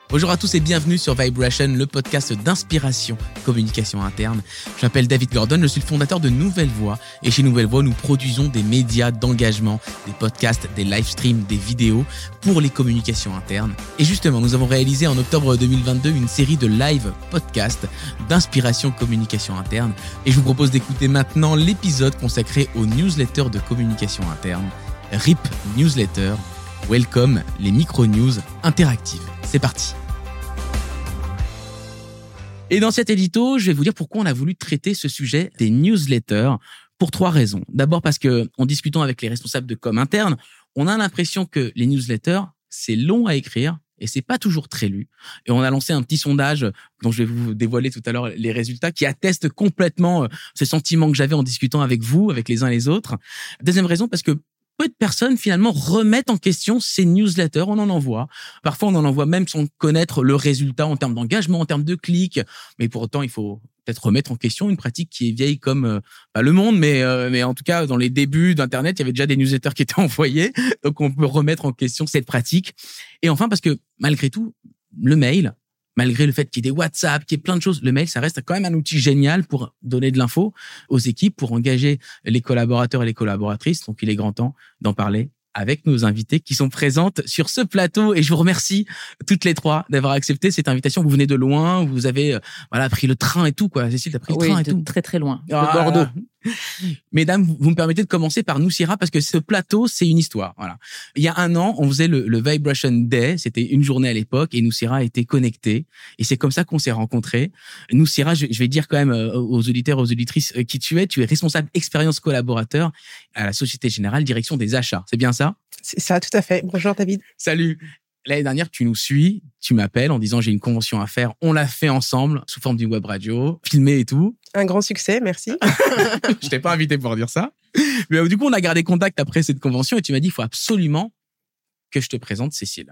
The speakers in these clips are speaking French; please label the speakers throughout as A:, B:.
A: Bonjour à tous et bienvenue sur Vibration, le podcast d'inspiration communication interne. Je m'appelle David Gordon, je suis le fondateur de Nouvelle Voix et chez Nouvelle Voix, nous produisons des médias d'engagement, des podcasts, des live streams, des vidéos pour les communications internes. Et justement, nous avons réalisé en octobre 2022 une série de live podcasts d'inspiration communication interne et je vous propose d'écouter maintenant l'épisode consacré aux newsletters de communication interne, RIP Newsletter. Welcome les micro-news interactives. C'est parti. Et dans cet édito, je vais vous dire pourquoi on a voulu traiter ce sujet des newsletters pour 3 raisons. D'abord parce que, en discutant avec les responsables de com interne, on a l'impression que les newsletters, c'est long à écrire et c'est pas toujours très lu. Et on a lancé un petit sondage dont je vais vous dévoiler tout à l'heure les résultats qui attestent complètement ce sentiment que j'avais en discutant avec vous, avec les uns et les autres. Deuxième raison parce que peu de personnes, finalement, remettent en question ces newsletters. On en envoie. Parfois, on en envoie même sans connaître le résultat en termes d'engagement, en termes de clics. Mais pour autant, il faut peut-être remettre en question une pratique qui est vieille comme pas le monde, mais en tout cas, dans les débuts d'Internet, il y avait déjà des newsletters qui étaient envoyés. Donc, on peut remettre en question cette pratique. Et enfin, parce que malgré tout, le mail, malgré le fait qu'il y ait des WhatsApp, qu'il y ait plein de choses, le mail, ça reste quand même un outil génial pour donner de l'info aux équipes, pour engager les collaborateurs et les collaboratrices. Donc, il est grand temps d'en parler avec nos invités qui sont présentes sur ce plateau. Et je vous remercie toutes les 3 d'avoir accepté cette invitation. Vous venez de loin, vous avez pris le train et tout, quoi. Cécile, t'as pris le train et tout.
B: Très très loin, de Bordeaux.
A: Mesdames, vous me permettez de commencer par Noussira parce que ce plateau, c'est une histoire. Voilà. Il y a 1 an, on faisait le Vibration Day. C'était une journée à l'époque et Noussira était connectée. Et c'est comme ça qu'on s'est rencontrés. Noussira, je vais dire quand même aux auditeurs, aux auditrices qui tu es. Tu es responsable expérience collaborateur à la Société Générale, direction des achats. C'est bien ça?
C: C'est ça, tout à fait. Bonjour David.
A: Salut. L'année dernière, tu nous suis, tu m'appelles en disant j'ai une convention à faire. On l'a fait ensemble sous forme d'une web radio, filmée et tout.
C: Un grand succès, merci.
A: Je t'ai pas invité pour dire ça. Mais du coup, on a gardé contact après cette convention et tu m'as dit il faut absolument que je te présente Cécile.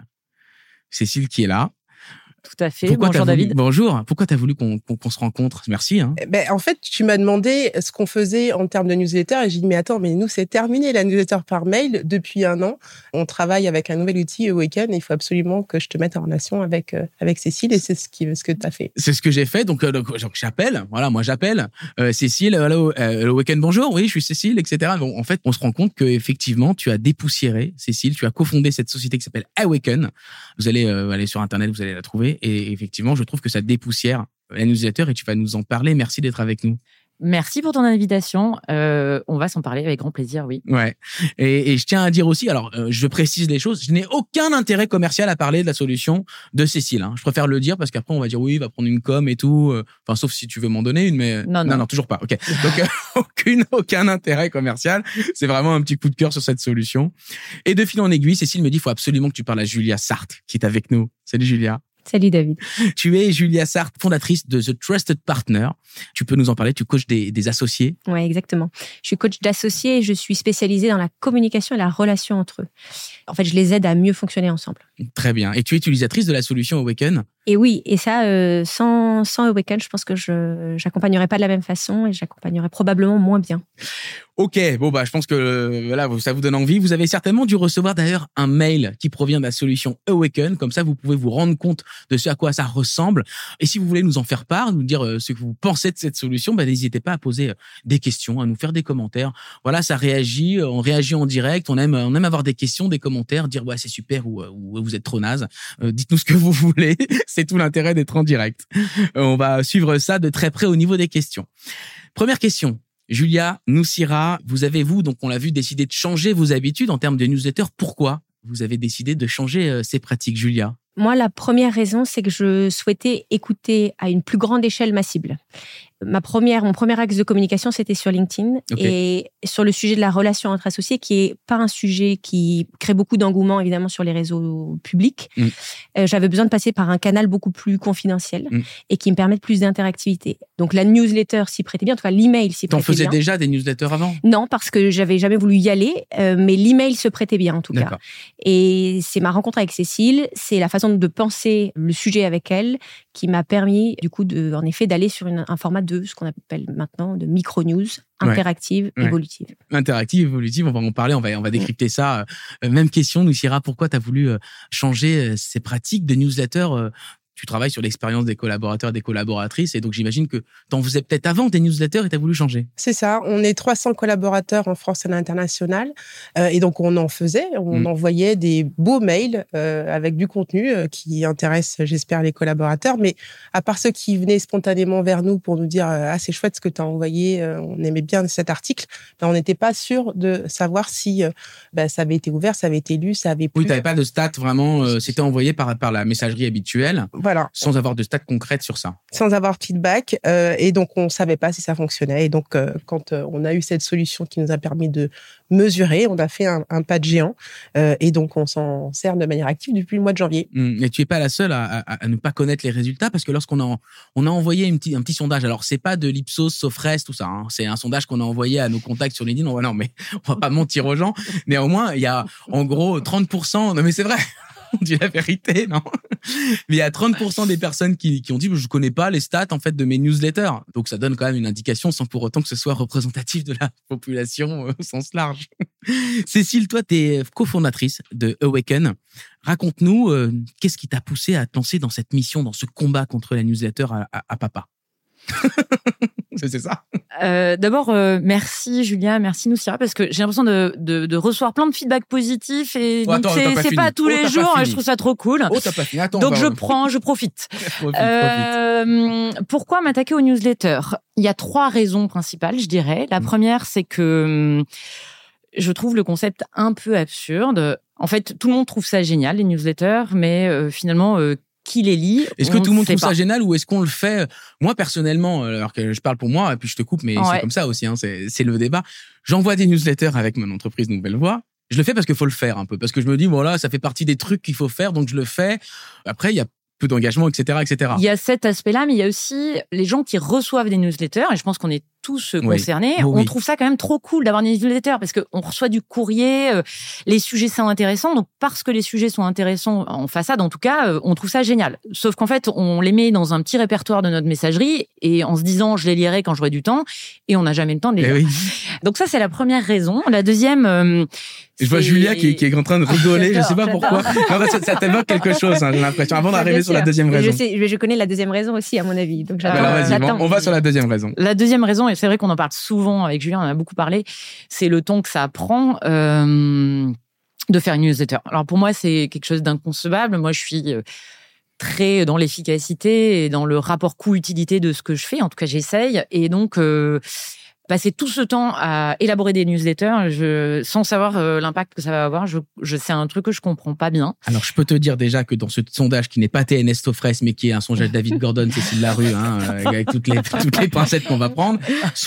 A: Cécile qui est là.
B: Tout à fait. Bonjour David.
A: Bonjour. Pourquoi tu as voulu qu'on se rencontre? Merci.
C: En fait, tu m'as demandé ce qu'on faisait en termes de newsletter et j'ai dit mais attends, mais nous c'est terminé la newsletter par mail depuis 1 an. On travaille avec un nouvel outil Awaken et il faut absolument que je te mette en relation avec Cécile et c'est ce que tu as fait.
A: C'est ce que j'ai fait. Donc j'appelle. Voilà, moi j'appelle Cécile. Hello, Awaken. Bonjour. Oui, je suis Cécile, etc. Bon, en fait, on se rend compte que effectivement, tu as dépoussiéré Cécile. Tu as cofondé cette société qui s'appelle Awaken. Vous allez aller sur Internet, vous allez la trouver. Et effectivement, je trouve que ça dépoussière la newsletter et tu vas nous en parler. Merci d'être avec nous.
B: Merci pour ton invitation. On va s'en parler avec grand plaisir, oui.
A: Ouais. Et je tiens à dire aussi, alors je précise les choses, je n'ai aucun intérêt commercial à parler de la solution de Cécile. Je préfère le dire parce qu'après on va dire oui, il va prendre une com et tout. Enfin, sauf si tu veux m'en donner une, mais non, toujours pas. Ok. Donc aucun intérêt commercial. C'est vraiment un petit coup de cœur sur cette solution. Et de fil en aiguille, Cécile me dit il faut absolument que tu parles à Julia Sartre qui est avec nous. Salut Julia.
D: Salut David.
A: Tu es Julia Sartre, fondatrice de The Trusted Partner. Tu peux nous en parler, tu coaches des associés.
D: Ouais, exactement. Je suis coach d'associés et je suis spécialisée dans la communication et la relation entre eux. En fait, je les aide à mieux fonctionner ensemble.
A: Très bien. Et tu es utilisatrice de la solution Awaken?
D: Et oui, et ça, sans Awaken, je pense que je n'accompagnerais pas de la même façon et j'accompagnerais probablement moins bien.
A: Ok, je pense que voilà, ça vous donne envie. Vous avez certainement dû recevoir d'ailleurs un mail qui provient de la solution Awaken. Comme ça, vous pouvez vous rendre compte de ce à quoi ça ressemble. Et si vous voulez nous en faire part, nous dire ce que vous pensez de cette solution, n'hésitez pas à poser des questions, à nous faire des commentaires. Voilà, ça réagit, on réagit en direct. On aime avoir des questions, des commentaires, dire ouais c'est super ou vous êtes trop naze. Dites-nous ce que vous voulez. C'est tout l'intérêt d'être en direct. On va suivre ça de très près au niveau des questions. Première question. Julia, Noussira, donc on l'a vu, décidé de changer vos habitudes en termes de newsletter. Pourquoi vous avez décidé de changer ces pratiques, Julia?
D: Moi, la première raison, c'est que je souhaitais écouter à une plus grande échelle ma cible. Mon premier axe de communication, c'était sur LinkedIn et sur le sujet de la relation entre associés, qui est pas un sujet qui crée beaucoup d'engouement, évidemment, sur les réseaux publics. J'avais besoin de passer par un canal beaucoup plus confidentiel et qui me permette plus d'interactivité. Donc, la newsletter s'y prêtait bien, en tout cas, l'email s'y prêtait bien.
A: T'en faisais déjà des newsletters avant?
D: Non, parce que j'avais jamais voulu y aller, mais l'email se prêtait bien, en tout cas. Et c'est ma rencontre avec Cécile, c'est la façon de penser le sujet avec elle qui m'a permis, du coup, en effet, d'aller sur un format de ce qu'on appelle maintenant de micro-news, interactive, évolutive.
A: Interactive, évolutive, on va en parler, on va décrypter ça. Même question, Nucira, pourquoi tu as voulu changer ces pratiques de newsletter? Tu travailles sur l'expérience des collaborateurs et des collaboratrices, et donc j'imagine que t'en faisais peut-être avant des newsletters et t'as voulu changer.
C: C'est ça, on est 300 collaborateurs en France et à l'international, et donc on en faisait, on envoyait des beaux mails avec du contenu qui intéresse, j'espère, les collaborateurs, mais à part ceux qui venaient spontanément vers nous pour nous dire « Ah, c'est chouette ce que tu as envoyé, on aimait bien cet article », on n'était pas sûr de savoir si ça avait été ouvert, ça avait été lu, ça avait plu.
A: Oui, t'avais pas de stats vraiment, c'était envoyé par la messagerie habituelle.
C: Voilà.
A: Sans avoir de stats concrètes sur ça.
C: Sans avoir de feedback. Et donc, on ne savait pas si ça fonctionnait. Et donc, quand on a eu cette solution qui nous a permis de mesurer, on a fait un pas de géant. Et donc, on s'en sert de manière active depuis le mois de janvier.
A: Et tu n'es pas la seule à ne pas connaître les résultats, parce que lorsqu'on a envoyé un petit sondage, alors c'est pas de l'Ipsos, Sofres, tout ça. Hein, c'est un sondage qu'on a envoyé à nos contacts sur LinkedIn. Non, mais on va pas mentir aux gens. Néanmoins, il y a en gros 30%. Non, mais c'est vrai. On dit la vérité, non? Mais il y a 30% des personnes qui ont dit, je connais pas les stats, en fait, de mes newsletters. Donc, ça donne quand même une indication sans pour autant que ce soit représentatif de la population au sens large. Cécile, toi, t'es cofondatrice de Awaken. Raconte-nous, qu'est-ce qui t'a poussé à te lancer dans cette mission, dans ce combat contre la newsletter à papa? C'est ça.
B: D'abord, merci Julien, merci Nucira, parce que j'ai l'impression de recevoir plein de feedback positifs, et donc c'est pas tous les jours, je trouve ça trop cool.
A: Oh, t'as pas fini. Attends,
B: donc je profite. Pourquoi m'attaquer aux newsletters? Il y a 3 raisons principales, je dirais. La première, c'est que je trouve le concept un peu absurde. En fait, tout le monde trouve ça génial, les newsletters, mais finalement, qui les lit?
A: Est-ce que tout le monde trouve ça génial, ou est-ce qu'on le fait? Moi, personnellement, alors que je parle pour moi, et puis je te coupe, mais c'est comme ça aussi, hein, c'est le débat. J'envoie des newsletters avec mon entreprise Nouvelle Voix. Je le fais parce qu'il faut le faire un peu, parce que je me dis, voilà, ça fait partie des trucs qu'il faut faire, donc je le fais. Après, il y a peu d'engagement, etc., etc.
B: Il y a cet aspect-là, mais il y a aussi les gens qui reçoivent des newsletters, et je pense qu'on est tous concernés. On trouve ça quand même trop cool d'avoir des newsletters, parce qu'on reçoit du courrier, les sujets sont intéressants, donc parce que les sujets sont intéressants en façade, en tout cas, on trouve ça génial. Sauf qu'en fait, on les met dans un petit répertoire de notre messagerie, et en se disant, je les lirai quand j'aurai du temps, et on n'a jamais le temps de les lire. Donc ça, c'est la première raison. La deuxième...
A: je vois Julia qui est en train de rigoler, je sais pas pourquoi. Non, ça t'évoque quelque chose, hein, j'ai l'impression, avant d'arriver sur la deuxième raison.
D: Je connais la deuxième raison aussi, à mon avis. Donc
A: on va sur la deuxième raison.
B: La deuxième raison, et c'est vrai qu'on en parle souvent avec Julien, on en a beaucoup parlé, c'est le temps que ça prend de faire une newsletter. Alors pour moi, c'est quelque chose d'inconcevable. Moi, je suis très dans l'efficacité et dans le rapport coût-utilité de ce que je fais. En tout cas, j'essaye. Et donc... passer tout ce temps à élaborer des newsletters, sans savoir l'impact que ça va avoir, c'est un truc que je comprends pas bien.
A: Alors, je peux te dire déjà que dans ce sondage qui n'est pas TNS Sofres, mais qui est un sondage David Gordon, Cécile Larue, hein, avec toutes les pincettes qu'on va prendre,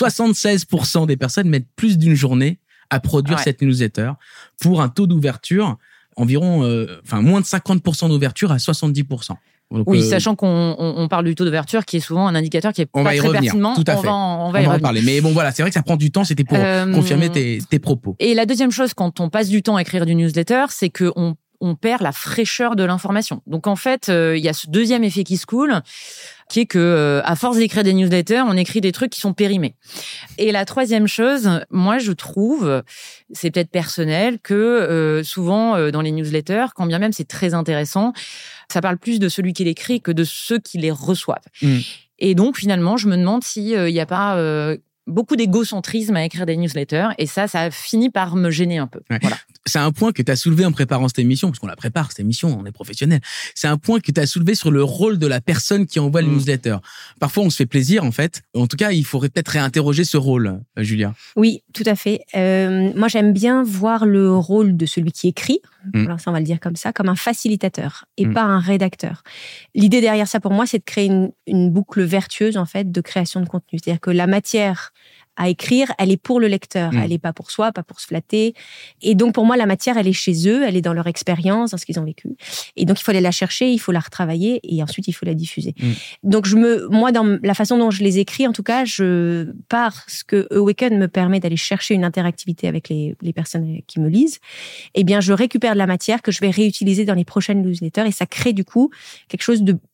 A: 76% des personnes mettent plus d'une journée à produire cette newsletter, pour un taux d'ouverture environ, moins de 50% d'ouverture à 70%. Donc,
B: oui, sachant qu'on parle du taux d'ouverture qui est souvent un indicateur qui est pas très pertinent.
A: Tout à fait. On va y reparler. Mais bon, voilà, c'est vrai que ça prend du temps. C'était pour confirmer tes propos.
B: Et la deuxième chose, quand on passe du temps à écrire du newsletter, c'est qu'on perd la fraîcheur de l'information. Donc en fait, il y a ce deuxième effet qui se coule, qui est que à force d'écrire des newsletters, on écrit des trucs qui sont périmés. Et la troisième chose, moi je trouve, c'est peut-être personnel, que souvent dans les newsletters, quand bien même c'est très intéressant, ça parle plus de celui qui l'écrit que de ceux qui les reçoivent. Et donc finalement, je me demande s'il n'y a pas beaucoup d'égocentrisme à écrire des newsletters, et ça a fini par me gêner un peu. Voilà.
A: C'est un point que tu as soulevé en préparant cette émission, parce qu'on la prépare, cette émission, on est professionnel. C'est un point que tu as soulevé sur le rôle de la personne qui envoie le newsletter. Parfois, on se fait plaisir, en fait. En tout cas, il faudrait peut-être réinterroger ce rôle, Julia.
D: Oui, tout à fait. Moi, j'aime bien voir le rôle de celui qui écrit, alors ça, on va le dire comme ça, comme un facilitateur et pas un rédacteur. L'idée derrière ça, pour moi, c'est de créer une boucle vertueuse, en fait, de création de contenu. C'est-à-dire que la matière à écrire, elle est pour le lecteur, elle n'est pas pour soi, pas pour se flatter. Et donc, pour moi, la matière, elle est chez eux, elle est dans leur expérience, dans ce qu'ils ont vécu. Et donc, il faut aller la chercher, il faut la retravailler, et ensuite, il faut la diffuser. Donc, moi, dans la façon dont je les écris, en tout cas, parce que Awaken me permet d'aller chercher une interactivité avec les personnes qui me lisent, eh bien, je récupère de la matière que je vais réutiliser dans les prochaines newsletters, et ça crée, du coup, quelque chose de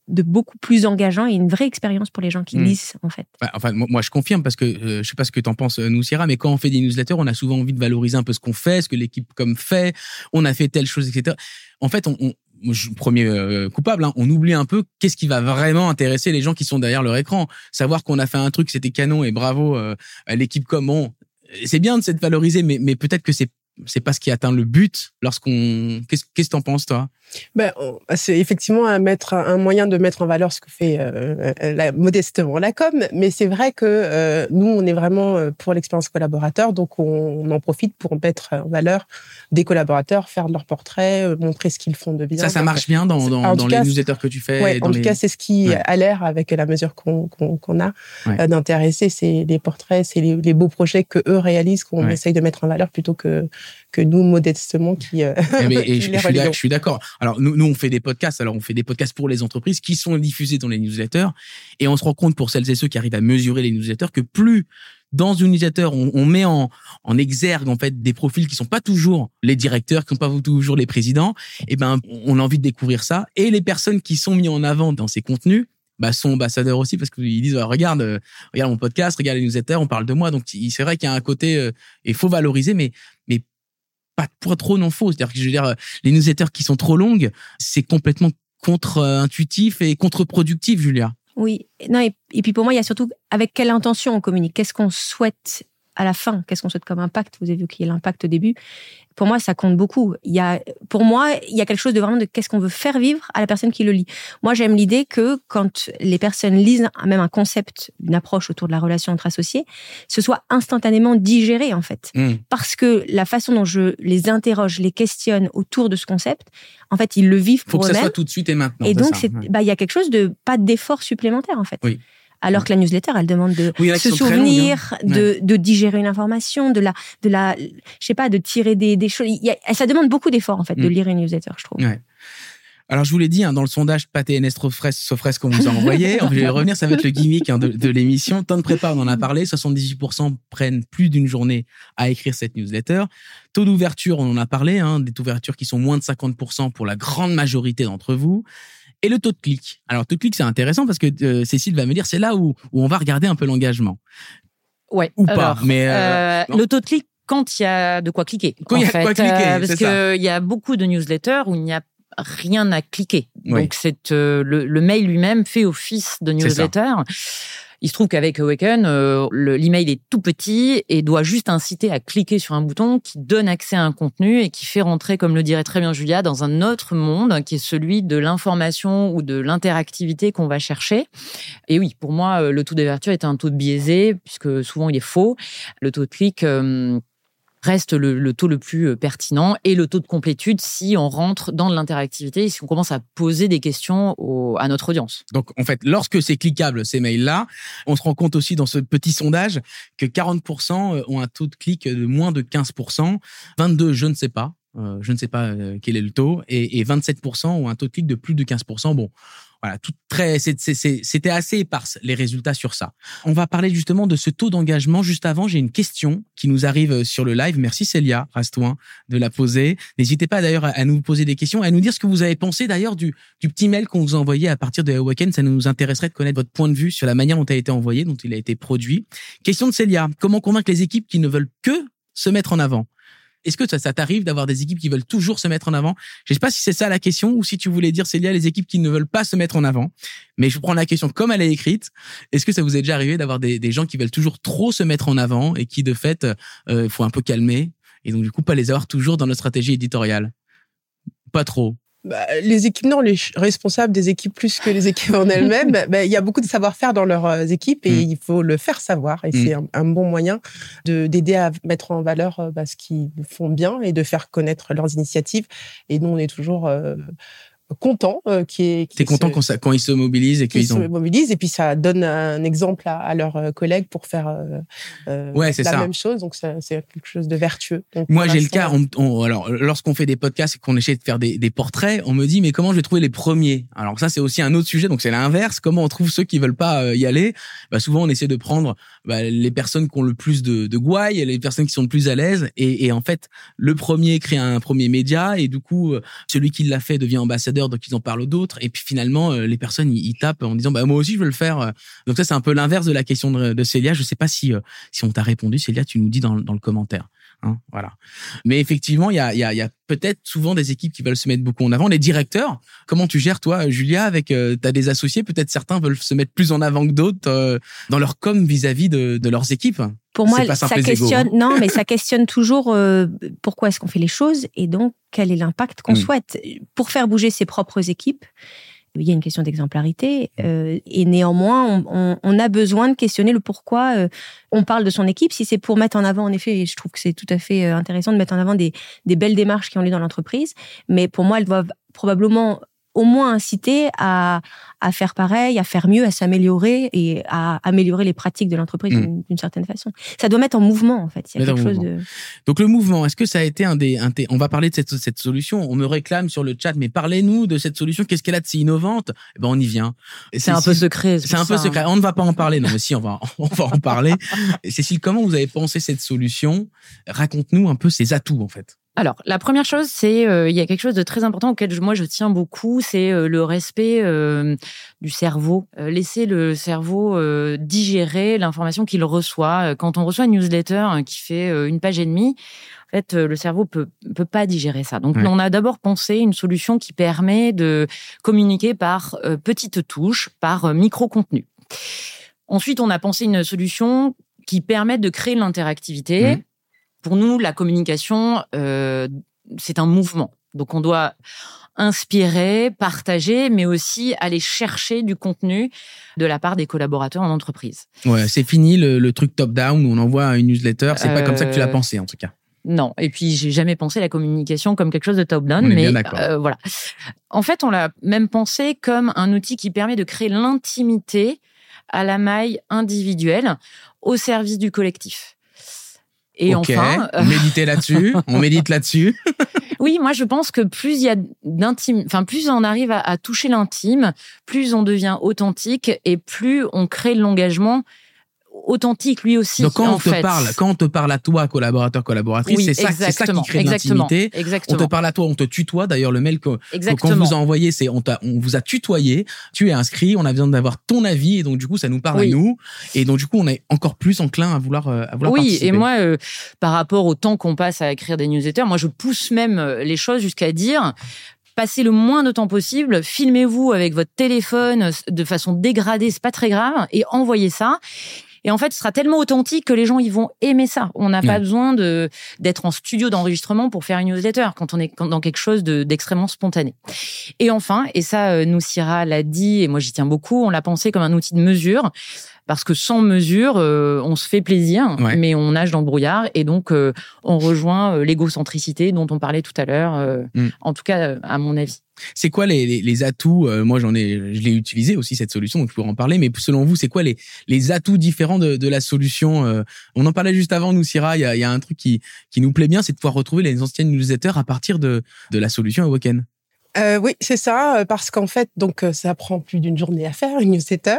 D: de beaucoup plus engageant et une vraie expérience pour les gens qui lisent, en fait.
A: Enfin, moi, je confirme parce que je sais pas ce que t'en penses, Noussira, mais quand on fait des newsletters, on a souvent envie de valoriser un peu ce qu'on fait, ce que l'équipe comme fait. On a fait telle chose, etc. En fait, premier coupable, hein, on oublie un peu qu'est-ce qui va vraiment intéresser les gens qui sont derrière leur écran. Savoir qu'on a fait un truc, c'était canon et bravo à l'équipe comme bon. C'est bien de s'être valorisé, mais peut-être que c'est pas ce qui atteint le but lorsqu'on. Qu'est-ce que t'en penses, toi?
C: C'est effectivement un moyen de mettre en valeur ce que fait modestement la com, mais c'est vrai que nous, on est vraiment pour l'expérience collaborateur, donc on en profite pour mettre en valeur des collaborateurs, faire de leurs portraits, montrer ce qu'ils font de bien.
A: Ça marche bien dans les newsletters que tu fais.
C: Ouais, en tout cas, c'est ce qui a l'air, avec la mesure qu'on a, d'intéresser. C'est les portraits, c'est les beaux projets que eux réalisent, qu'on essaye de mettre en valeur plutôt que nous, modestement,
A: je suis d'accord. Alors, nous, on fait des podcasts. Alors, on fait des podcasts pour les entreprises qui sont diffusés dans les newsletters. Et on se rend compte, pour celles et ceux qui arrivent à mesurer les newsletters, que plus dans une newsletter, on met en exergue, en fait, des profils qui sont pas toujours les directeurs, qui sont pas toujours les présidents, et on a envie de découvrir ça. Et les personnes qui sont mises en avant dans ces contenus, sont ambassadeurs aussi, parce qu'ils disent, regarde mon podcast, regarde les newsletters, on parle de moi. Donc, c'est vrai qu'il y a un côté, il faut valoriser, mais pas pour trop non faux. C'est-à-dire que, je veux dire, les newsletters qui sont trop longues, c'est complètement contre-intuitif et contre-productif, Julia.
D: Oui. Non, et puis pour moi, il y a surtout avec quelle intention on communique. Qu'est-ce qu'on souhaite à la fin? Qu'est-ce qu'on souhaite comme impact? Vous avez vu qu'il y a l'impact au début. Pour moi, ça compte beaucoup. Pour moi, il y a quelque chose de vraiment de qu'est-ce qu'on veut faire vivre à la personne qui le lit. Moi, j'aime l'idée que quand les personnes lisent même un concept, une approche autour de la relation entre associés, ce soit instantanément digéré, en fait. Parce que la façon dont je les interroge, les questionne autour de ce concept, en fait, ils le vivent pour eux-mêmes.
A: Faut que ça soit tout de suite et maintenant.
D: Et donc, il y a quelque chose pas d'effort supplémentaire, en fait. Oui. Alors que la newsletter, elle demande de se souvenir, de digérer une information, de je sais pas, de tirer des choses. Ça demande beaucoup d'efforts, en fait, de lire une newsletter, je trouve.
A: Ouais. Alors, je vous l'ai dit, dans le sondage Pâté NS Sofres qu'on vous a envoyé, je vais revenir, ça va être le gimmick de l'émission. Temps de prépa, on en a parlé. 78% prennent plus d'une journée à écrire cette newsletter. Taux d'ouverture, on en a parlé, des taux d'ouverture qui sont moins de 50% pour la grande majorité d'entre vous. Et le taux de clic. Alors, taux de clic, c'est intéressant parce que Cécile va me dire, c'est là où on va regarder un peu l'engagement.
B: Ouais.
A: Ou pas. Mais
B: le taux de clic, quand il y a de quoi cliquer.
A: Quand il y a de quoi cliquer,
B: parce qu'il y a beaucoup de newsletters où il n'y a rien à cliquer. Donc, c'est le mail lui-même fait office de newsletter. Il se trouve qu'avec Awaken, l'email est tout petit et doit juste inciter à cliquer sur un bouton qui donne accès à un contenu et qui fait rentrer, comme le dirait très bien Julia, dans un autre monde qui est celui de l'information ou de l'interactivité qu'on va chercher. Et oui, pour moi, le taux d'ouverture est un taux biaisé puisque souvent il est faux. Le taux de clic reste le taux le plus pertinent et le taux de complétude si on rentre dans l'interactivité et si on commence à poser des questions à notre audience.
A: Donc, en fait, lorsque c'est cliquable, ces mails-là, on se rend compte aussi dans ce petit sondage que 40% ont un taux de clic de moins de 15%, 22%, je ne sais pas quel est le taux, et 27% ont un taux de clic de plus de 15%. Bon, voilà, c'était assez éparse les résultats sur ça. On va parler justement de ce taux d'engagement. Juste avant, j'ai une question qui nous arrive sur le live. Merci Célia Rastouin de la poser. N'hésitez pas d'ailleurs à nous poser des questions, à nous dire ce que vous avez pensé d'ailleurs du petit mail qu'on vous a envoyé à partir de Awaken. Ça nous intéresserait de connaître votre point de vue sur la manière dont il a été envoyé, dont il a été produit. Question de Célia. Comment convaincre les équipes qui ne veulent que se mettre en avant? Est-ce que ça t'arrive d'avoir des équipes qui veulent toujours se mettre en avant? Je sais pas si c'est ça la question ou si tu voulais dire, Célia, les équipes qui ne veulent pas se mettre en avant. Mais je prends la question comme elle est écrite. Est-ce que ça vous est déjà arrivé d'avoir des gens qui veulent toujours trop se mettre en avant et qui, de fait, faut un peu calmer et donc, du coup, pas les avoir toujours dans notre stratégie éditoriale? Pas trop.
C: Les équipes, non, les responsables des équipes plus que les équipes en elles-mêmes, il y a beaucoup de savoir-faire dans leurs équipes et il faut le faire savoir. Et c'est un bon moyen d'aider à mettre en valeur ce qu'ils font bien et de faire connaître leurs initiatives. Et nous, on est toujours content t'es
A: content quand ils se mobilisent et qu'ils
C: se mobilisent et puis ça donne un exemple à leurs collègues pour faire même chose, donc c'est quelque chose de vertueux. Donc,
A: moi j'ai le cas alors lorsqu'on fait des podcasts et qu'on essaie de faire des portraits, on me dit mais comment je vais trouver les premiers? Alors ça c'est aussi un autre sujet, donc c'est l'inverse, comment on trouve ceux qui veulent pas y aller? Souvent on essaie de prendre les personnes qui ont le plus de gouaille, les personnes qui sont le plus à l'aise et en fait le premier crée un premier média et du coup celui qui l'a fait devient ambassadeur ambassadeurs, donc ils en parlent d'autres. Et puis finalement, les personnes, ils tapent en disant, moi aussi, je veux le faire. Donc ça, c'est un peu l'inverse de la question de Célia. Je sais pas si on t'a répondu, Célia, tu nous dis dans le commentaire. Hein, voilà. Mais effectivement, il y a peut-être souvent des équipes qui veulent se mettre beaucoup en avant. Les directeurs, comment tu gères, toi, Julia, avec t'as des associés, peut-être certains veulent se mettre plus en avant que d'autres dans leur com vis-à-vis de leurs équipes.
D: Pour moi, ça questionne. Non, mais ça questionne toujours pourquoi est-ce qu'on fait les choses et donc quel est l'impact qu'on souhaite. Pour faire bouger ses propres équipes, il y a une question d'exemplarité et néanmoins, on a besoin de questionner le pourquoi on parle de son équipe. Si c'est pour mettre en avant, en effet, je trouve que c'est tout à fait intéressant de mettre en avant des belles démarches qui ont lieu dans l'entreprise, mais pour moi, elles doivent probablement au moins inciter à faire pareil, à faire mieux, à s'améliorer et à améliorer les pratiques de l'entreprise d'une certaine façon. Ça doit mettre en mouvement, en fait. Il y a quelque chose de...
A: Donc, le mouvement, est-ce que ça a été on va parler de cette solution. On me réclame sur le chat, mais parlez-nous de cette solution. Qu'est-ce qu'elle a de si innovante? On y vient.
B: C'est un peu secret.
A: C'est un peu secret. On ne va pas en parler. Non, mais si, on va en parler. Cécile, comment vous avez pensé cette solution? Raconte-nous un peu ses atouts, en fait.
B: Alors, la première chose, c'est il y a quelque chose de très important auquel moi je tiens beaucoup, c'est le respect du cerveau. Laisser le cerveau digérer l'information qu'il reçoit. Quand on reçoit une newsletter qui fait 1 page et demie, en fait, le cerveau peut pas digérer ça. Donc, on a d'abord pensé une solution qui permet de communiquer par petites touches, par micro-contenu. Ensuite, on a pensé une solution qui permet de créer l'interactivité. Pour nous, la communication, c'est un mouvement. Donc, on doit inspirer, partager, mais aussi aller chercher du contenu de la part des collaborateurs en entreprise.
A: Ouais, c'est fini le truc top-down où on envoie une newsletter. C'est pas comme ça que tu l'as pensé, en tout cas.
B: Non. Et puis, j'ai jamais pensé la communication comme quelque chose de top-down.
A: On est
B: mais
A: bien d'accord.
B: Voilà. En fait, on l'a même pensé comme un outil qui permet de créer l'intimité à la maille individuelle au service du collectif. Et enfin,
A: on médite là-dessus.
B: Oui, moi je pense que plus il y a d'intime, plus on arrive à toucher l'intime, plus on devient authentique et plus on crée l'engagement authentique lui aussi.
A: Donc quand on te parle à toi, collaborateur, collaboratrice, c'est ça qui crée de l'intimité.
B: Exactement.
A: On te parle à toi, on te tutoie. D'ailleurs, le mail qu'on vous a envoyé, c'est on vous a tutoyé. Tu es inscrit, on a besoin d'avoir ton avis et donc du coup ça nous parle à nous et donc du coup on est encore plus enclin à vouloir participer.
B: Et moi par rapport au temps qu'on passe à écrire des newsletters, moi je pousse même les choses jusqu'à dire passez le moins de temps possible, filmez-vous avec votre téléphone de façon dégradée, c'est pas très grave, et envoyez ça. Et en fait, ce sera tellement authentique que les gens, ils vont aimer ça. On n'a pas besoin d'être en studio d'enregistrement pour faire une newsletter quand on est dans quelque chose d'extrêmement spontané. Et enfin, et ça, Noussira l'a dit, et moi j'y tiens beaucoup, on l'a pensé comme un outil de mesure. Parce que sans mesure, on se fait plaisir, mais on nage dans le brouillard. Et donc, on rejoint l'égocentricité dont on parlait tout à l'heure, en tout cas, à mon avis.
A: C'est quoi les atouts? Moi, je l'ai utilisé aussi, cette solution, donc je pourrais en parler. Mais selon vous, c'est quoi les atouts différents de la solution? On en parlait juste avant, Noussira. Il y a un truc qui nous plaît bien, c'est de pouvoir retrouver les anciennes newsletters à partir de la solution Awoken.
C: Oui, c'est ça, parce qu'en fait, donc ça prend plus d'une journée à faire une newsletter.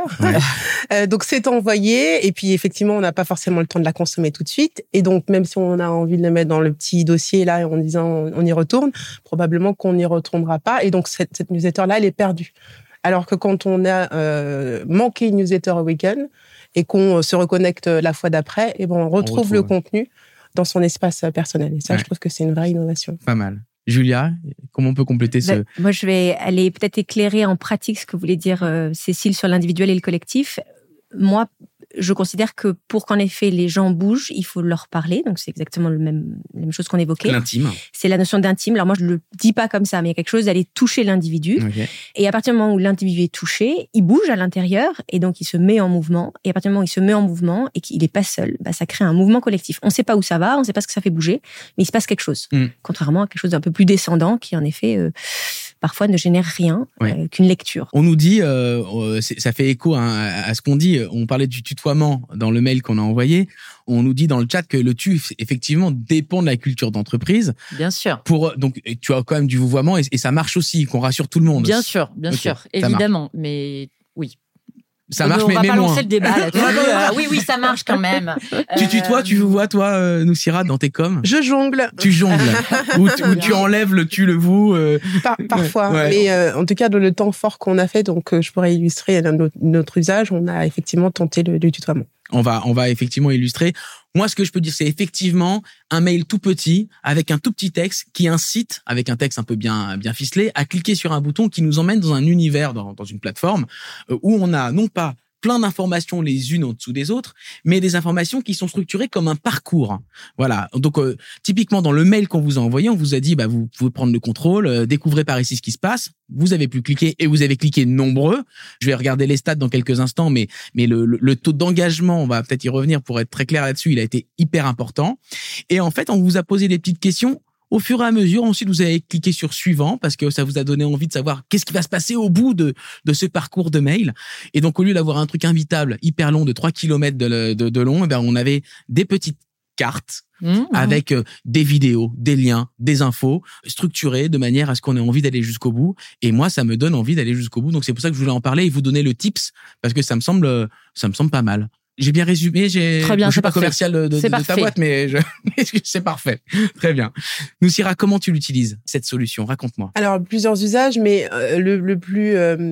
C: Donc c'est envoyé, et puis effectivement, on n'a pas forcément le temps de la consommer tout de suite. Et donc même si on a envie de le mettre dans le petit dossier là, en disant on y retourne, probablement qu'on n'y retournera pas. Et donc cette newsletter là, elle est perdue. Alors que quand on a manqué une newsletter Awoken et qu'on se reconnecte la fois d'après, et on retrouve le contenu dans son espace personnel. Et ça, je trouve que c'est une vraie innovation.
A: Pas mal. Julia, comment on peut compléter ce...
D: Moi, je vais aller peut-être éclairer en pratique ce que voulait dire Cécile sur l'individuel et le collectif. Moi, je considère que pour qu'en effet les gens bougent, il faut leur parler. Donc, c'est exactement la même chose qu'on évoquait.
A: L'intime.
D: C'est la notion d'intime. Alors, moi, je ne le dis pas comme ça, mais il y a quelque chose d'aller toucher l'individu. Okay. Et à partir du moment où l'individu est touché, il bouge à l'intérieur et donc il se met en mouvement. Et à partir du moment où il se met en mouvement et qu'il n'est pas seul, ça crée un mouvement collectif. On ne sait pas où ça va, on ne sait pas ce que ça fait bouger, mais il se passe quelque chose. Contrairement à quelque chose d'un peu plus descendant qui, en effet... parfois ne génère rien qu'une lecture.
A: On nous dit, ça fait écho à ce qu'on dit, on parlait du tutoiement dans le mail qu'on a envoyé, on nous dit dans le chat que le tu, effectivement, dépend de la culture d'entreprise.
B: Bien sûr.
A: Donc, tu as quand même du vouvoiement et ça marche aussi, qu'on rassure tout le monde.
B: Bien sûr, évidemment, mais oui.
A: Ça marche,
B: on
A: mais
B: va pas
A: moins.
B: lancer le débat là-dessus. Oui, ça marche quand même.
A: Tu tutoies, tu vois, toi, Noussira, dans tes coms?
C: Je jongle.
A: Tu jongles. ou tu enlèves le tu, le vous.
C: Parfois.
A: Ouais.
C: Mais en tout cas, dans le temps fort qu'on a fait, donc je pourrais illustrer notre usage, on a effectivement tenté le tutoiement.
A: On va effectivement illustrer. Moi, ce que je peux dire, c'est effectivement un mail tout petit avec un tout petit texte qui incite, avec un texte un peu bien ficelé, à cliquer sur un bouton qui nous emmène dans un univers, dans une plateforme où on a non pas plein d'informations les unes en dessous des autres, mais des informations qui sont structurées comme un parcours. Voilà. Donc, typiquement, dans le mail qu'on vous a envoyé, on vous a dit, vous pouvez prendre le contrôle, découvrez par ici ce qui se passe. Vous avez pu cliquer et vous avez cliqué nombreux. Je vais regarder les stats dans quelques instants, mais le taux d'engagement, on va peut-être y revenir pour être très clair là-dessus, il a été hyper important. Et en fait, on vous a posé des petites questions. Au fur et à mesure, ensuite, vous avez cliqué sur suivant parce que ça vous a donné envie de savoir qu'est-ce qui va se passer au bout de ce parcours de mail. Et donc, au lieu d'avoir un truc invitable hyper long de 3 km de long, on avait des petites cartes avec des vidéos, des liens, des infos structurées de manière à ce qu'on ait envie d'aller jusqu'au bout. Et moi, ça me donne envie d'aller jusqu'au bout. Donc, c'est pour ça que je voulais en parler et vous donner le tips parce que ça me semble pas mal. J'ai bien résumé.
B: Très bien,
A: je suis pas commercial de ta boîte, mais c'est parfait. Très bien. Noussira, comment tu l'utilises, cette solution? Raconte-moi.
C: Alors, plusieurs usages, mais le plus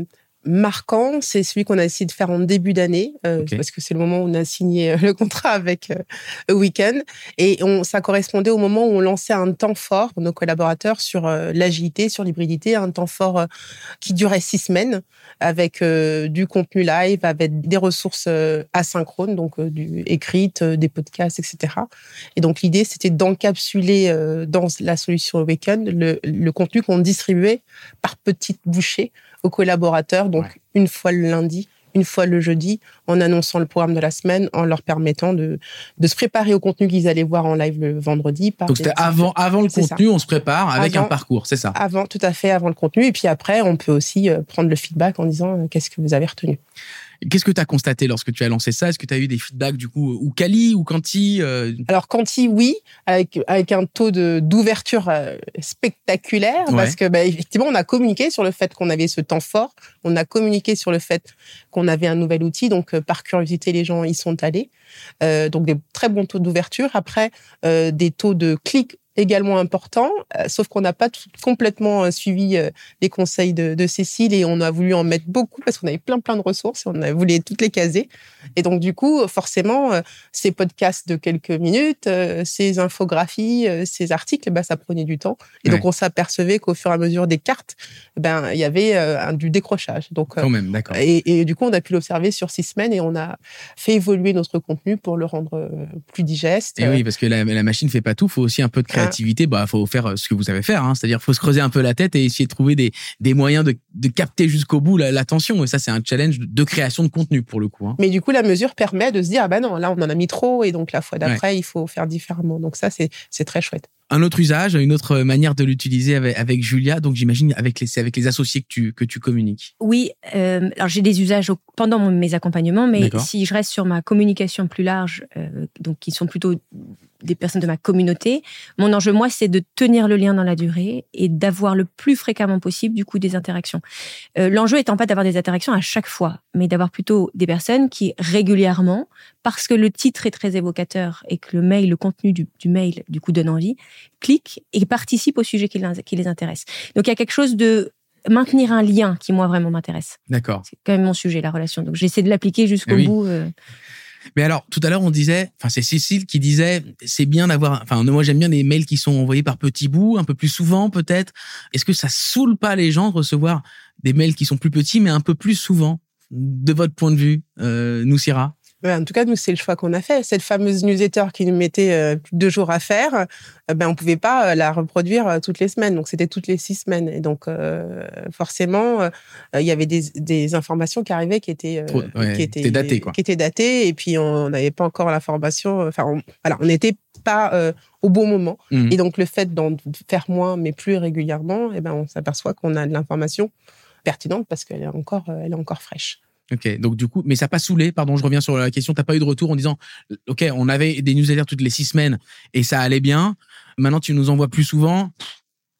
C: marquant, c'est celui qu'on a essayé de faire en début d'année, parce que c'est le moment où on a signé le contrat avec Weekend. Et ça correspondait au moment où on lançait un temps fort pour nos collaborateurs sur l'agilité, sur l'hybridité, un temps fort qui durait 6 semaines, avec du contenu live, avec des ressources asynchrones, donc écrites, des podcasts, etc. Et donc l'idée, c'était d'encapsuler dans la solution Weekend le contenu qu'on distribuait par petites bouchées aux collaborateurs, donc une fois le lundi, une fois le jeudi, en annonçant le programme de la semaine, en leur permettant de se préparer au contenu qu'ils allaient voir en live le vendredi.
A: Donc c'était avant le contenu, on se prépare avec un parcours, c'est ça?
C: Tout à fait, avant le contenu. Et puis après, on peut aussi prendre le feedback en disant qu'est-ce que vous avez retenu.
A: Qu'est-ce que tu as constaté lorsque tu as lancé ça? Est-ce que tu as eu des feedbacks du coup, ou quali ou quanti?
C: Alors quanti, oui, avec un taux d'ouverture spectaculaire, parce que effectivement, on a communiqué sur le fait qu'on avait ce temps fort, on a communiqué sur le fait qu'on avait un nouvel outil, donc par curiosité, les gens y sont allés. Donc des très bons taux d'ouverture. Après, des taux de clics également important, sauf qu'on n'a pas complètement suivi les conseils de Cécile et on a voulu en mettre beaucoup parce qu'on avait plein de ressources et on a voulu toutes les caser. Et donc du coup, forcément, ces podcasts de quelques minutes, ces infographies, ces articles, ça prenait du temps. Et donc on s'apercevait qu'au fur et à mesure des cartes, il y avait du décrochage. Donc
A: quand même, d'accord.
C: Et du coup, on a pu l'observer sur 6 semaines et on a fait évoluer notre contenu pour le rendre plus digeste.
A: Et oui, parce que la machine fait pas tout, faut aussi un peu de créativité. Faut faire ce que vous savez faire, c'est-à-dire faut se creuser un peu la tête et essayer de trouver des moyens de capter jusqu'au bout l'attention. Et ça, c'est un challenge de création de contenu pour le coup.
C: Mais du coup, la mesure permet de se dire non, là on en a mis trop et donc la fois d'après il faut faire différemment. Donc ça, c'est très chouette.
A: Un autre usage, une autre manière de l'utiliser avec Julia, donc j'imagine c'est avec les associés que tu communiques.
D: Oui, alors j'ai des usages pendant mes accompagnements, mais si je reste sur ma communication plus large, donc qui sont plutôt des personnes de ma communauté, mon enjeu, moi, c'est de tenir le lien dans la durée et d'avoir le plus fréquemment possible, du coup, des interactions. L'enjeu étant pas d'avoir des interactions à chaque fois, mais d'avoir plutôt des personnes qui, régulièrement, parce que le titre est très évocateur et que le contenu du mail, du coup, donne envie, cliquent et participent au sujet qui les intéresse. Donc, il y a quelque chose de maintenir un lien qui, moi, vraiment m'intéresse.
A: D'accord.
D: C'est quand même mon sujet, la relation. Donc, j'essaie de l'appliquer jusqu'au bout.
A: Mais alors, tout à l'heure, on disait, c'est Cécile qui disait, c'est bien d'avoir, moi, j'aime bien les mails qui sont envoyés par petits bouts, un peu plus souvent, peut-être. Est-ce que ça saoule pas les gens de recevoir des mails qui sont plus petits, mais un peu plus souvent, de votre point de vue, Noussira?
C: En tout cas, nous, c'est le choix qu'on a fait. Cette fameuse newsletter qui nous mettait plus de 2 jours à faire, on pouvait pas la reproduire toutes les semaines. Donc, c'était toutes les 6 semaines. Et donc, forcément, il y avait des informations qui arrivaient qui étaient
A: datées, quoi.
C: Qui étaient datées. Et puis, on n'avait pas encore l'information. On n'était pas au bon moment. Mmh. Et donc, le fait d'en faire moins, mais plus régulièrement, on s'aperçoit qu'on a de l'information pertinente parce qu'elle est encore fraîche.
A: Ok, donc du coup, mais ça n'a pas saoulé, pardon, je reviens sur la question, t'as pas eu de retour en disant, ok, on avait des newsletters toutes les 6 semaines et ça allait bien, maintenant tu nous envoies plus souvent,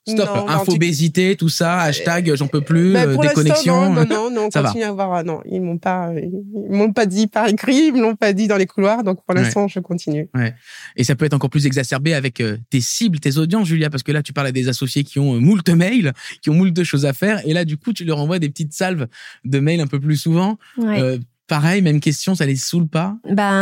A: Stop,
C: Non,
A: infobésité, tout ça, hashtag j'en peux plus,
C: pour
A: déconnexion.
C: Non,
A: ça
C: continue à avoir. Non, ils m'ont pas dit par écrit, ils me l'ont pas dit dans les couloirs, donc pour l'instant, je continue.
A: Ouais. Et ça peut être encore plus exacerbé avec tes cibles, tes audiences, Julia, parce que là, tu parles à des associés qui ont moult mails, qui ont moult choses à faire, et là, du coup, tu leur envoies des petites salves de mails un peu plus souvent.
D: Ouais.
A: Pareil, même question, ça les saoule pas?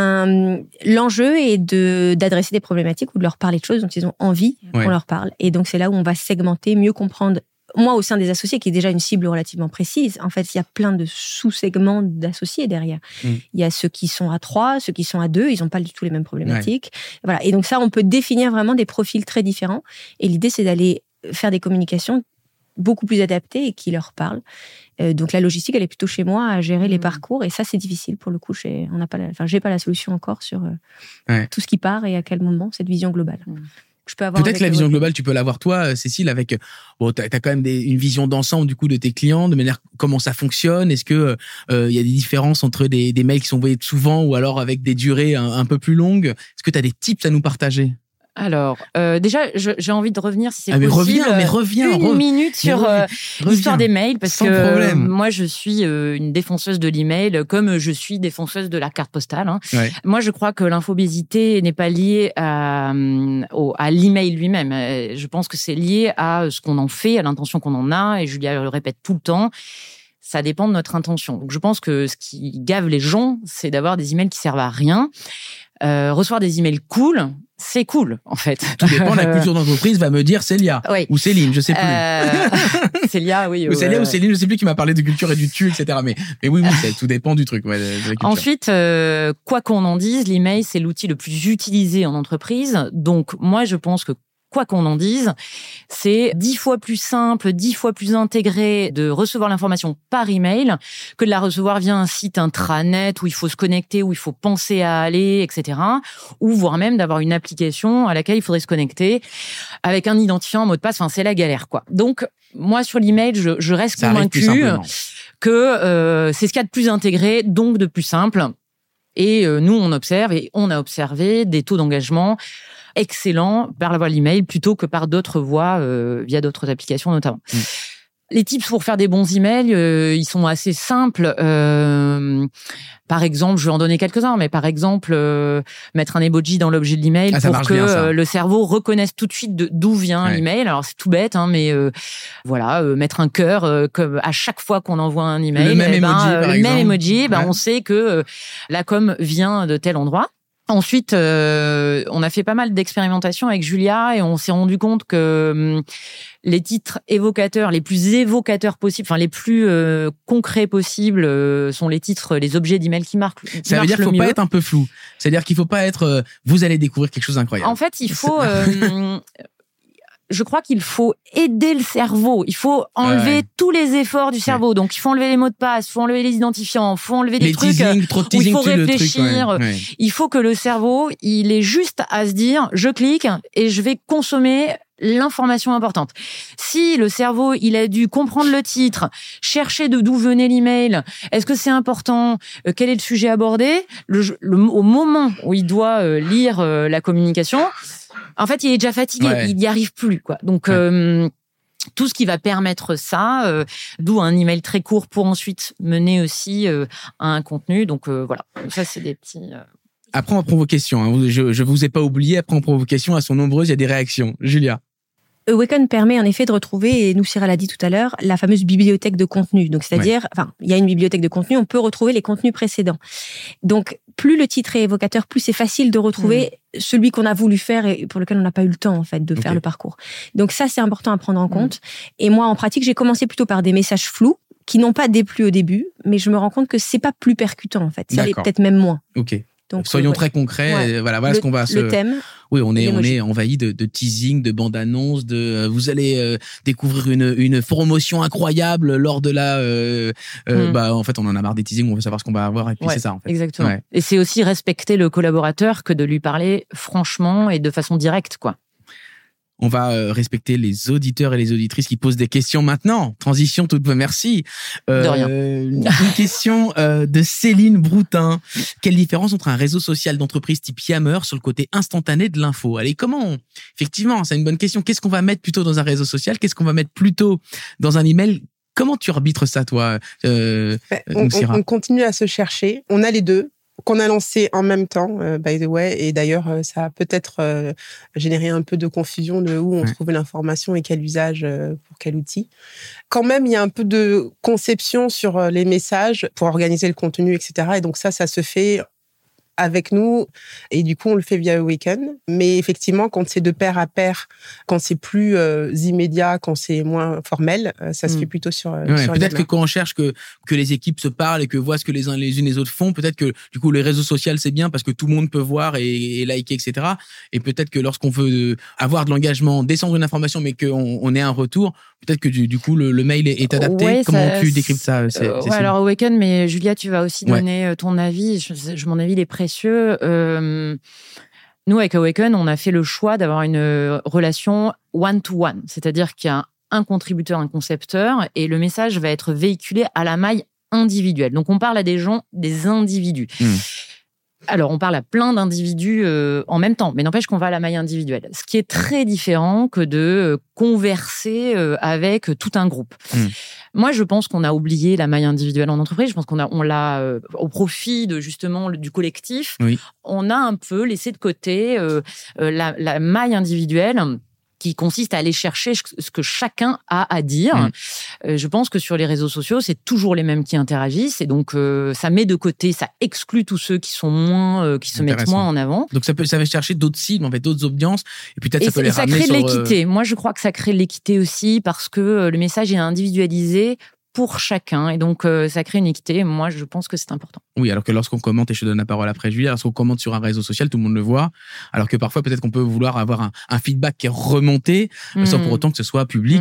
D: L'enjeu est d'adresser des problématiques ou de leur parler de choses dont ils ont envie qu'on leur parle. Et donc, c'est là où on va segmenter, mieux comprendre. Moi, au sein des associés, qui est déjà une cible relativement précise, en fait, il y a plein de sous-segments d'associés derrière. Il y a ceux qui sont à 3, ceux qui sont à 2, ils n'ont pas du tout les mêmes problématiques. Voilà. Et donc ça, on peut définir vraiment des profils très différents. Et l'idée, c'est d'aller faire des communications beaucoup plus adaptées et qui leur parlent. Donc la logistique, elle est plutôt chez moi à gérer les parcours, et ça, c'est difficile pour le coup. J'ai pas la solution encore sur tout ce qui part et à quel moment, cette vision globale. Je peux avoir
A: peut-être la vision globale, tu peux l'avoir toi, Cécile, avec t'as quand même une vision d'ensemble du coup de tes clients, de manière comment ça fonctionne. Est-ce que il y a des différences entre des mails qui sont envoyés souvent ou alors avec des durées un peu plus longues? Est-ce que tu as des tips à nous partager?
B: Alors, déjà, j'ai envie de revenir, si c'est possible,
A: reviens,
B: une minute sur l'histoire des mails, parce
A: sans
B: que
A: problème.
B: Moi, je suis une défenseuse de l'email, comme je suis défenseuse de la carte postale. Hein. Ouais. Moi, je crois que l'infobésité n'est pas liée à l'email lui-même. Je pense que c'est lié à ce qu'on en fait, à l'intention qu'on en a, et Julia le répète tout le temps. Ça dépend de notre intention. Donc, je pense que ce qui gave les gens, c'est d'avoir des emails qui servent à rien. Recevoir des emails cool, c'est cool, en fait.
A: Tout dépend, la culture d'entreprise va me dire Célia. Oui. Ou Céline, je sais plus.
B: Célia, oui.
A: Ou Célia ou Céline, je sais plus qui m'a parlé de culture et du tu, etc. Mais oui, tout dépend du truc, de la culture.
B: Ensuite, quoi qu'on en dise, l'email, c'est l'outil le plus utilisé en entreprise. Donc, moi, je pense que quoi qu'on en dise, c'est 10 fois plus simple, 10 fois plus intégré de recevoir l'information par email que de la recevoir via un site intranet où il faut se connecter, où il faut penser à aller, etc. Ou voire même d'avoir une application à laquelle il faudrait se connecter avec un identifiant, un mot de passe. Enfin, c'est la galère, quoi. Donc, moi, sur l'email, je reste convaincue que c'est ce qu'il y a de plus intégré, donc de plus simple. Et nous, on observe, et on a observé des taux d'engagement excellent par la voie de l'email plutôt que par d'autres voies, via d'autres applications notamment. Les tips pour faire des bons emails, ils sont assez simples. Par exemple, je vais en donner quelques-uns, mais par exemple, mettre un emoji dans l'objet de l'email pour que le cerveau reconnaisse tout de suite d'où vient l'email. Alors, c'est tout bête, hein, mais voilà, mettre un cœur comme à chaque fois qu'on envoie un email.
A: Le même
B: emoji, on sait que la com vient de tel endroit. Ensuite, on a fait pas mal d'expérimentations avec Julia et on s'est rendu compte que les titres évocateurs, les plus évocateurs possibles, enfin les plus concrets possibles, sont les titres, les objets d'email qui marquent.
A: Ça veut dire qu'il faut pas être un peu flou. C'est-à-dire qu'il faut pas être. Vous allez découvrir quelque chose d'incroyable.
B: En fait, il faut. Je crois qu'il faut aider le cerveau. Il faut enlever tous les efforts du cerveau. Donc, il faut enlever les mots de passe, il faut enlever les identifiants, il faut enlever des trucs où il faut réfléchir. Il faut que le cerveau, il ait juste à se dire, je clique et je vais consommer l'information importante. Si le cerveau, il a dû comprendre le titre, chercher d'où venait l'email, est-ce que c'est important, quel est le sujet abordé, au moment où il doit lire la communication, en fait, il est déjà fatigué, il n'y arrive plus, quoi. Donc, tout ce qui va permettre ça, d'où un email très court pour ensuite mener aussi à un contenu. Donc, voilà. Ça, c'est des petits...
A: Après, on prend vos questions. Hein. Je vous ai pas oublié. Après, on prend vos questions. Elles sont nombreuses. Il y a des réactions. Julia.
D: Awaken permet en effet de retrouver, et nous Cyril l'a dit tout à l'heure, la fameuse bibliothèque de contenu. Donc, c'est-à-dire, il y a une bibliothèque de contenu, on peut retrouver les contenus précédents. Donc, plus le titre est évocateur, plus c'est facile de retrouver celui qu'on a voulu faire et pour lequel on n'a pas eu le temps, en fait, de faire le parcours. Donc, ça, c'est important à prendre en compte. Et moi, en pratique, j'ai commencé plutôt par des messages flous qui n'ont pas déplu au début, mais je me rends compte que c'est pas plus percutant, en fait. Ça l'est peut-être même moins.
A: Ok. Donc, soyons très concrets. Voilà ce qu'on va
D: le thème.
A: Oui, on est envahi de teasing, de bandes-annonces, vous allez découvrir une promotion incroyable lors de la. En fait, on en a marre des teasings, on veut savoir ce qu'on va avoir et puis c'est ça en fait.
B: Exactement. Ouais. Et c'est aussi respecter le collaborateur que de lui parler franchement et de façon directe, quoi.
A: On va respecter les auditeurs et les auditrices qui posent des questions maintenant. Transition toute merci.
B: De rien.
A: Une question de Céline Broutin. Quelle différence entre un réseau social d'entreprise type Yammer sur le côté instantané de l'info? Allez, effectivement, c'est une bonne question. Qu'est-ce qu'on va mettre plutôt dans un réseau social? Qu'est-ce qu'on va mettre plutôt dans un email? Comment tu arbitres ça, toi,
C: on continue à se chercher. On a les deux, qu'on a lancé en même temps, by the way. Et d'ailleurs, ça a peut-être généré un peu de confusion de où on trouvait l'information et quel usage pour quel outil. Quand même, il y a un peu de conception sur les messages pour organiser le contenu, etc. Et donc ça se fait avec nous, et du coup on le fait via Awaken. Mais effectivement, quand c'est de pair à pair, quand c'est plus immédiat, quand c'est moins formel, ça se fait plutôt sur
A: peut-être que quand on cherche que les équipes se parlent et que voient ce que les unes les autres font, peut-être que du coup les réseaux sociaux c'est bien parce que tout le monde peut voir et liker, etc. Et peut-être que lorsqu'on veut avoir de l'engagement, descendre une information mais qu'on ait un retour, peut-être que du coup le mail est adapté. Ouais, comment tu décryptes ça?
B: Alors Awaken, mais Julia, tu vas aussi donner ton avis. Mon avis il est précieux. Nous, avec Awaken, on a fait le choix d'avoir une relation one-to-one, c'est-à-dire qu'il y a un contributeur, un concepteur, et le message va être véhiculé à la maille individuelle. Donc, on parle à des gens, des individus. Alors, on parle à plein d'individus en même temps, mais n'empêche qu'on va à la maille individuelle. Ce qui est très différent que de converser avec tout un groupe. Moi, je pense qu'on a oublié la maille individuelle en entreprise. Je pense on l'a au profit de justement du collectif. Oui. On a un peu laissé de côté la maille individuelle qui consiste à aller chercher ce que chacun a à dire. Je pense que sur les réseaux sociaux, c'est toujours les mêmes qui interagissent, et donc ça met de côté, ça exclut tous ceux qui sont moins, qui se mettent moins en avant.
A: Donc ça va chercher d'autres cibles, en fait, d'autres audiences, et peut-être ça peut les ramener sur...
B: Ça crée de l'équité. Moi, je crois que ça crée de l'équité aussi, parce que le message est individualisé pour chacun, et donc ça crée une équité. Moi, je pense que c'est important.
A: Oui, alors que lorsqu'on commente, et je te donne la parole après Julia, lorsqu'on commente sur un réseau social, tout le monde le voit, alors que parfois peut-être qu'on peut vouloir avoir un feedback qui est remonté sans pour autant que ce soit public.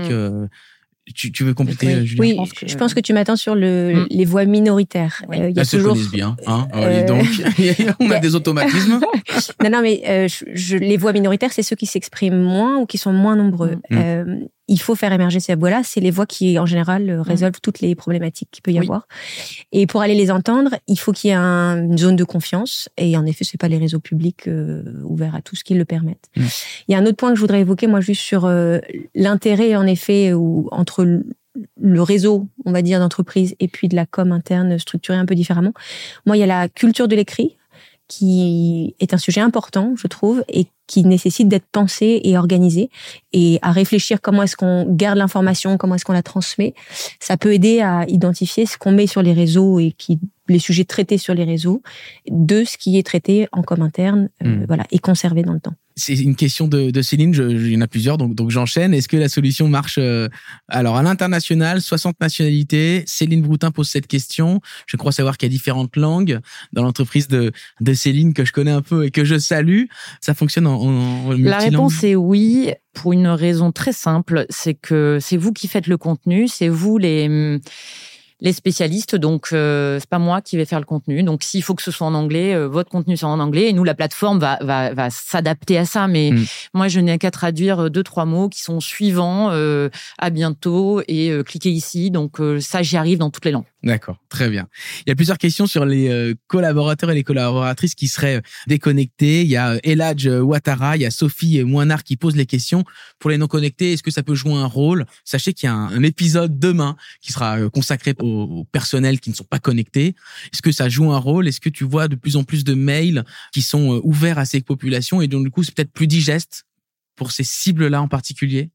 A: Tu veux compléter, Julia?
D: Oui, je pense que tu m'attends sur les voix minoritaires.
A: Elles se connaissent bien, hein. Donc on a des automatismes.
D: Non, mais les voix minoritaires, c'est ceux qui s'expriment moins ou qui sont moins nombreux. Il faut faire émerger ces voix-là. C'est les voix qui, en général, résolvent toutes les problématiques qu'il peut y avoir. Et pour aller les entendre, il faut qu'il y ait une zone de confiance. Et en effet, c'est pas les réseaux publics ouverts à tous qui le permettent. Il y a un autre point que je voudrais évoquer, moi, juste sur l'intérêt, en effet, entre le réseau, on va dire, d'entreprise et puis de la com interne structurée un peu différemment. Moi, il y a la culture de l'écrit qui est un sujet important, je trouve, et qui nécessite d'être pensé et organisé, et à réfléchir comment est-ce qu'on garde l'information, comment est-ce qu'on la transmet. Ça peut aider à identifier ce qu'on met sur les réseaux et les sujets traités sur les réseaux de ce qui est traité en com interne, voilà, et conservé dans le temps.
A: C'est une question de Céline, il y en a plusieurs, donc j'enchaîne. Est-ce que la solution marche alors à l'international, 60 nationalités? Céline Broutin pose cette question. Je crois savoir qu'il y a différentes langues dans l'entreprise de Céline que je connais un peu et que je salue. Ça fonctionne en multilangue?
B: La réponse est oui, pour une raison très simple, c'est que c'est vous qui faites le contenu, c'est vous les spécialistes, donc c'est pas moi qui vais faire le contenu. Donc s'il faut que ce soit en anglais, votre contenu soit en anglais, et nous la plateforme va s'adapter à ça. Mais moi je n'ai qu'à traduire 2-3 mots qui sont suivants, à bientôt, et cliquez ici. Donc ça, j'y arrive dans toutes les langues.
A: D'accord, très bien. Il y a plusieurs questions sur les collaborateurs et les collaboratrices qui seraient déconnectés. Il y a Eladj Ouattara, il y a Sophie Moinard qui posent les questions. Pour les non connectés, est-ce que ça peut jouer un rôle? Sachez qu'il y a un épisode demain qui sera consacré au personnel qui ne sont pas connectés. Est-ce que ça joue un rôle? Est-ce que tu vois de plus en plus de mails qui sont ouverts à ces populations et donc du coup c'est peut-être plus digeste pour ces cibles-là en particulier?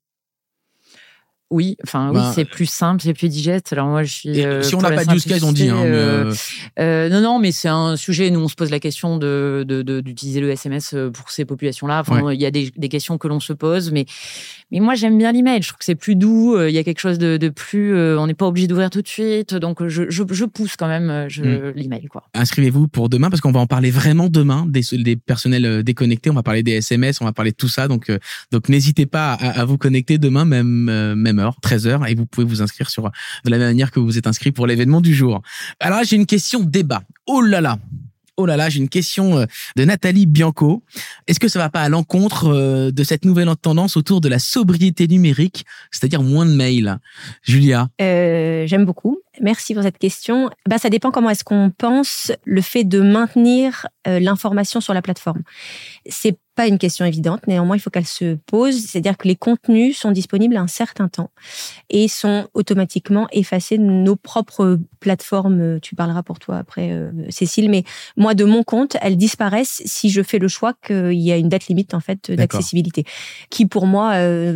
B: Oui, c'est plus simple, c'est plus digeste. Alors moi, je suis.
A: Si on n'a pas de use case, on dit.
B: Non, mais c'est un sujet. Nous, on se pose la question d'utiliser le SMS pour ces populations-là. Il y a des questions que l'on se pose, mais moi, j'aime bien l'email. Je trouve que c'est plus doux. Il y a quelque chose de plus. On n'est pas obligé d'ouvrir tout de suite. Donc, je pousse quand même l'email, quoi.
A: Inscrivez-vous pour demain parce qu'on va en parler vraiment demain des personnels déconnectés. On va parler des SMS, on va parler de tout ça. Donc n'hésitez pas à vous connecter demain, même heure, 13h, et vous pouvez vous inscrire de la même manière que vous êtes inscrit pour l'événement du jour. Alors là, j'ai une question débat. Oh là là, Oh là là, j'ai une question de Nathalie Bianco. Est-ce que ça va pas à l'encontre de cette nouvelle tendance autour de la sobriété numérique, c'est-à-dire moins de mails? Julia?
D: J'aime beaucoup. Merci pour cette question. Ça dépend comment est-ce qu'on pense le fait de maintenir l'information sur la plateforme. C'est pas une question évidente, néanmoins il faut qu'elle se pose, c'est-à-dire que les contenus sont disponibles un certain temps et sont automatiquement effacés de nos propres plateformes. Tu parleras pour toi après, Cécile, mais moi de mon compte, elles disparaissent si je fais le choix qu'il y a une date limite en fait d'accessibilité, qui pour moi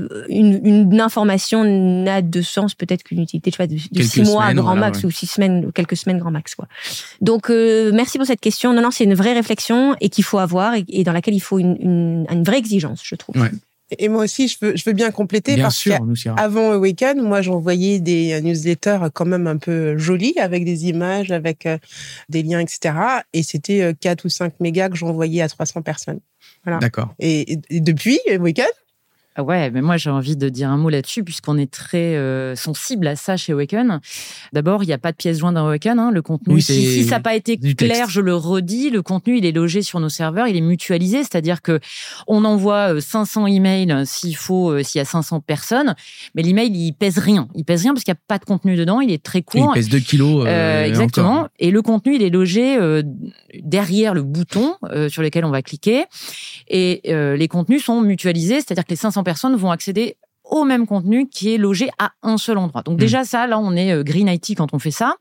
D: une information n'a de sens peut-être qu'une utilité de 6 mois grand max, ou 6 semaines, quelques semaines grand max quoi. Donc merci pour cette question. Non, c'est une vraie réflexion et qu'il faut avoir et dans laquelle il faut une vraie exigence, je trouve.
A: Ouais.
C: Et moi aussi, je veux bien compléter
A: bien
C: parce
A: sûr,
C: qu'avant Awaken, moi, j'envoyais des newsletters quand même un peu jolis, avec des images, avec des liens, etc. Et c'était 4 ou 5 mégas que j'envoyais à 300 personnes. Voilà.
A: D'accord.
C: Et depuis Awaken,
B: Ah ouais, mais moi j'ai envie de dire un mot là-dessus puisqu'on est très sensible à ça chez Awaken. D'abord, il n'y a pas de pièce jointe dans Awaken. Le contenu, si ça n'a pas été clair, je le redis, le contenu il est logé sur nos serveurs, il est mutualisé, c'est-à-dire que on envoie 500 emails s'il y a 500 personnes, mais l'email il pèse rien. Il pèse rien parce qu'il n'y a pas de contenu dedans, il est très court.
A: Et il pèse 2 kilos.
B: Exactement.
A: Encore.
B: Et le contenu il est logé derrière le bouton sur lequel on va cliquer. Et les contenus sont mutualisés, c'est-à-dire que les 500 personnes vont accéder au même contenu qui est logé à un seul endroit. Donc déjà ça, là on est Green IT quand on fait ça.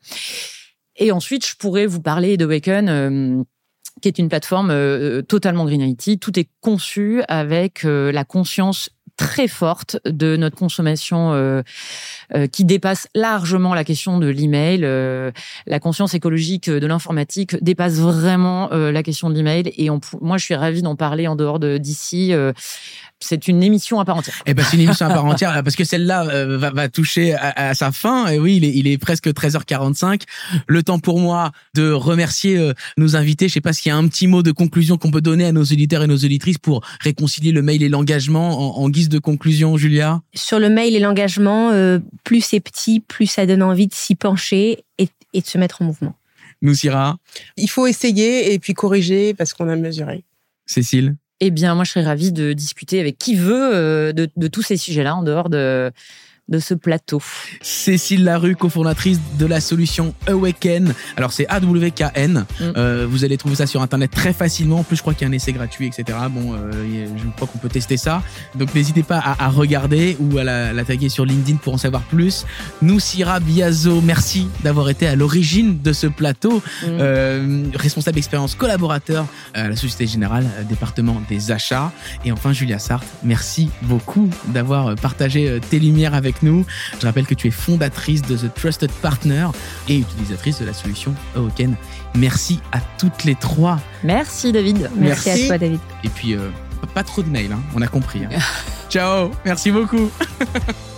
B: Et ensuite je pourrais vous parler d'Awaken, qui est une plateforme totalement Green IT. Tout est conçu avec la conscience très forte de notre consommation qui dépasse largement la question de l'email. La conscience écologique de l'informatique dépasse vraiment la question de l'email. Et moi, je suis ravie d'en parler en dehors d'ici. C'est une émission à part entière.
A: Eh ben, c'est une émission à part entière parce que celle-là va toucher à sa fin. Et oui, il est presque 13h45. Le temps pour moi de remercier nos invités. Je sais pas s'il y a un petit mot de conclusion qu'on peut donner à nos auditeurs et nos auditrices pour réconcilier le mail et l'engagement en guise de conclusion, Julia.
D: Sur le mail et l'engagement, plus c'est petit, plus ça donne envie de s'y pencher et de se mettre en mouvement.
A: Noussira.
C: Il faut essayer et puis corriger parce qu'on a mesuré.
A: Cécile.
B: Eh bien, moi, je serais ravie de discuter avec qui veut de tous ces sujets-là en dehors de ce plateau.
A: Cécile Larue, cofondatrice de la solution Awaken. Alors, c'est AWKN. Vous allez trouver ça sur Internet très facilement. En plus, je crois qu'il y a un essai gratuit, etc. Bon, je crois qu'on peut tester ça. Donc, n'hésitez pas à regarder ou à la taguer sur LinkedIn pour en savoir plus. Noussira Biazo, merci d'avoir été à l'origine de ce plateau. Responsable expérience collaborateur à la Société Générale, département des achats. Et enfin, Julia Sarthe, merci beaucoup d'avoir partagé tes lumières avec nous. Je rappelle que tu es fondatrice de The Trusted Partner et utilisatrice de la solution Awaken. Merci à toutes les trois.
B: Merci David.
D: Merci à toi David.
A: Et puis, pas trop de mails, hein, on a compris. Hein. Ciao, merci beaucoup.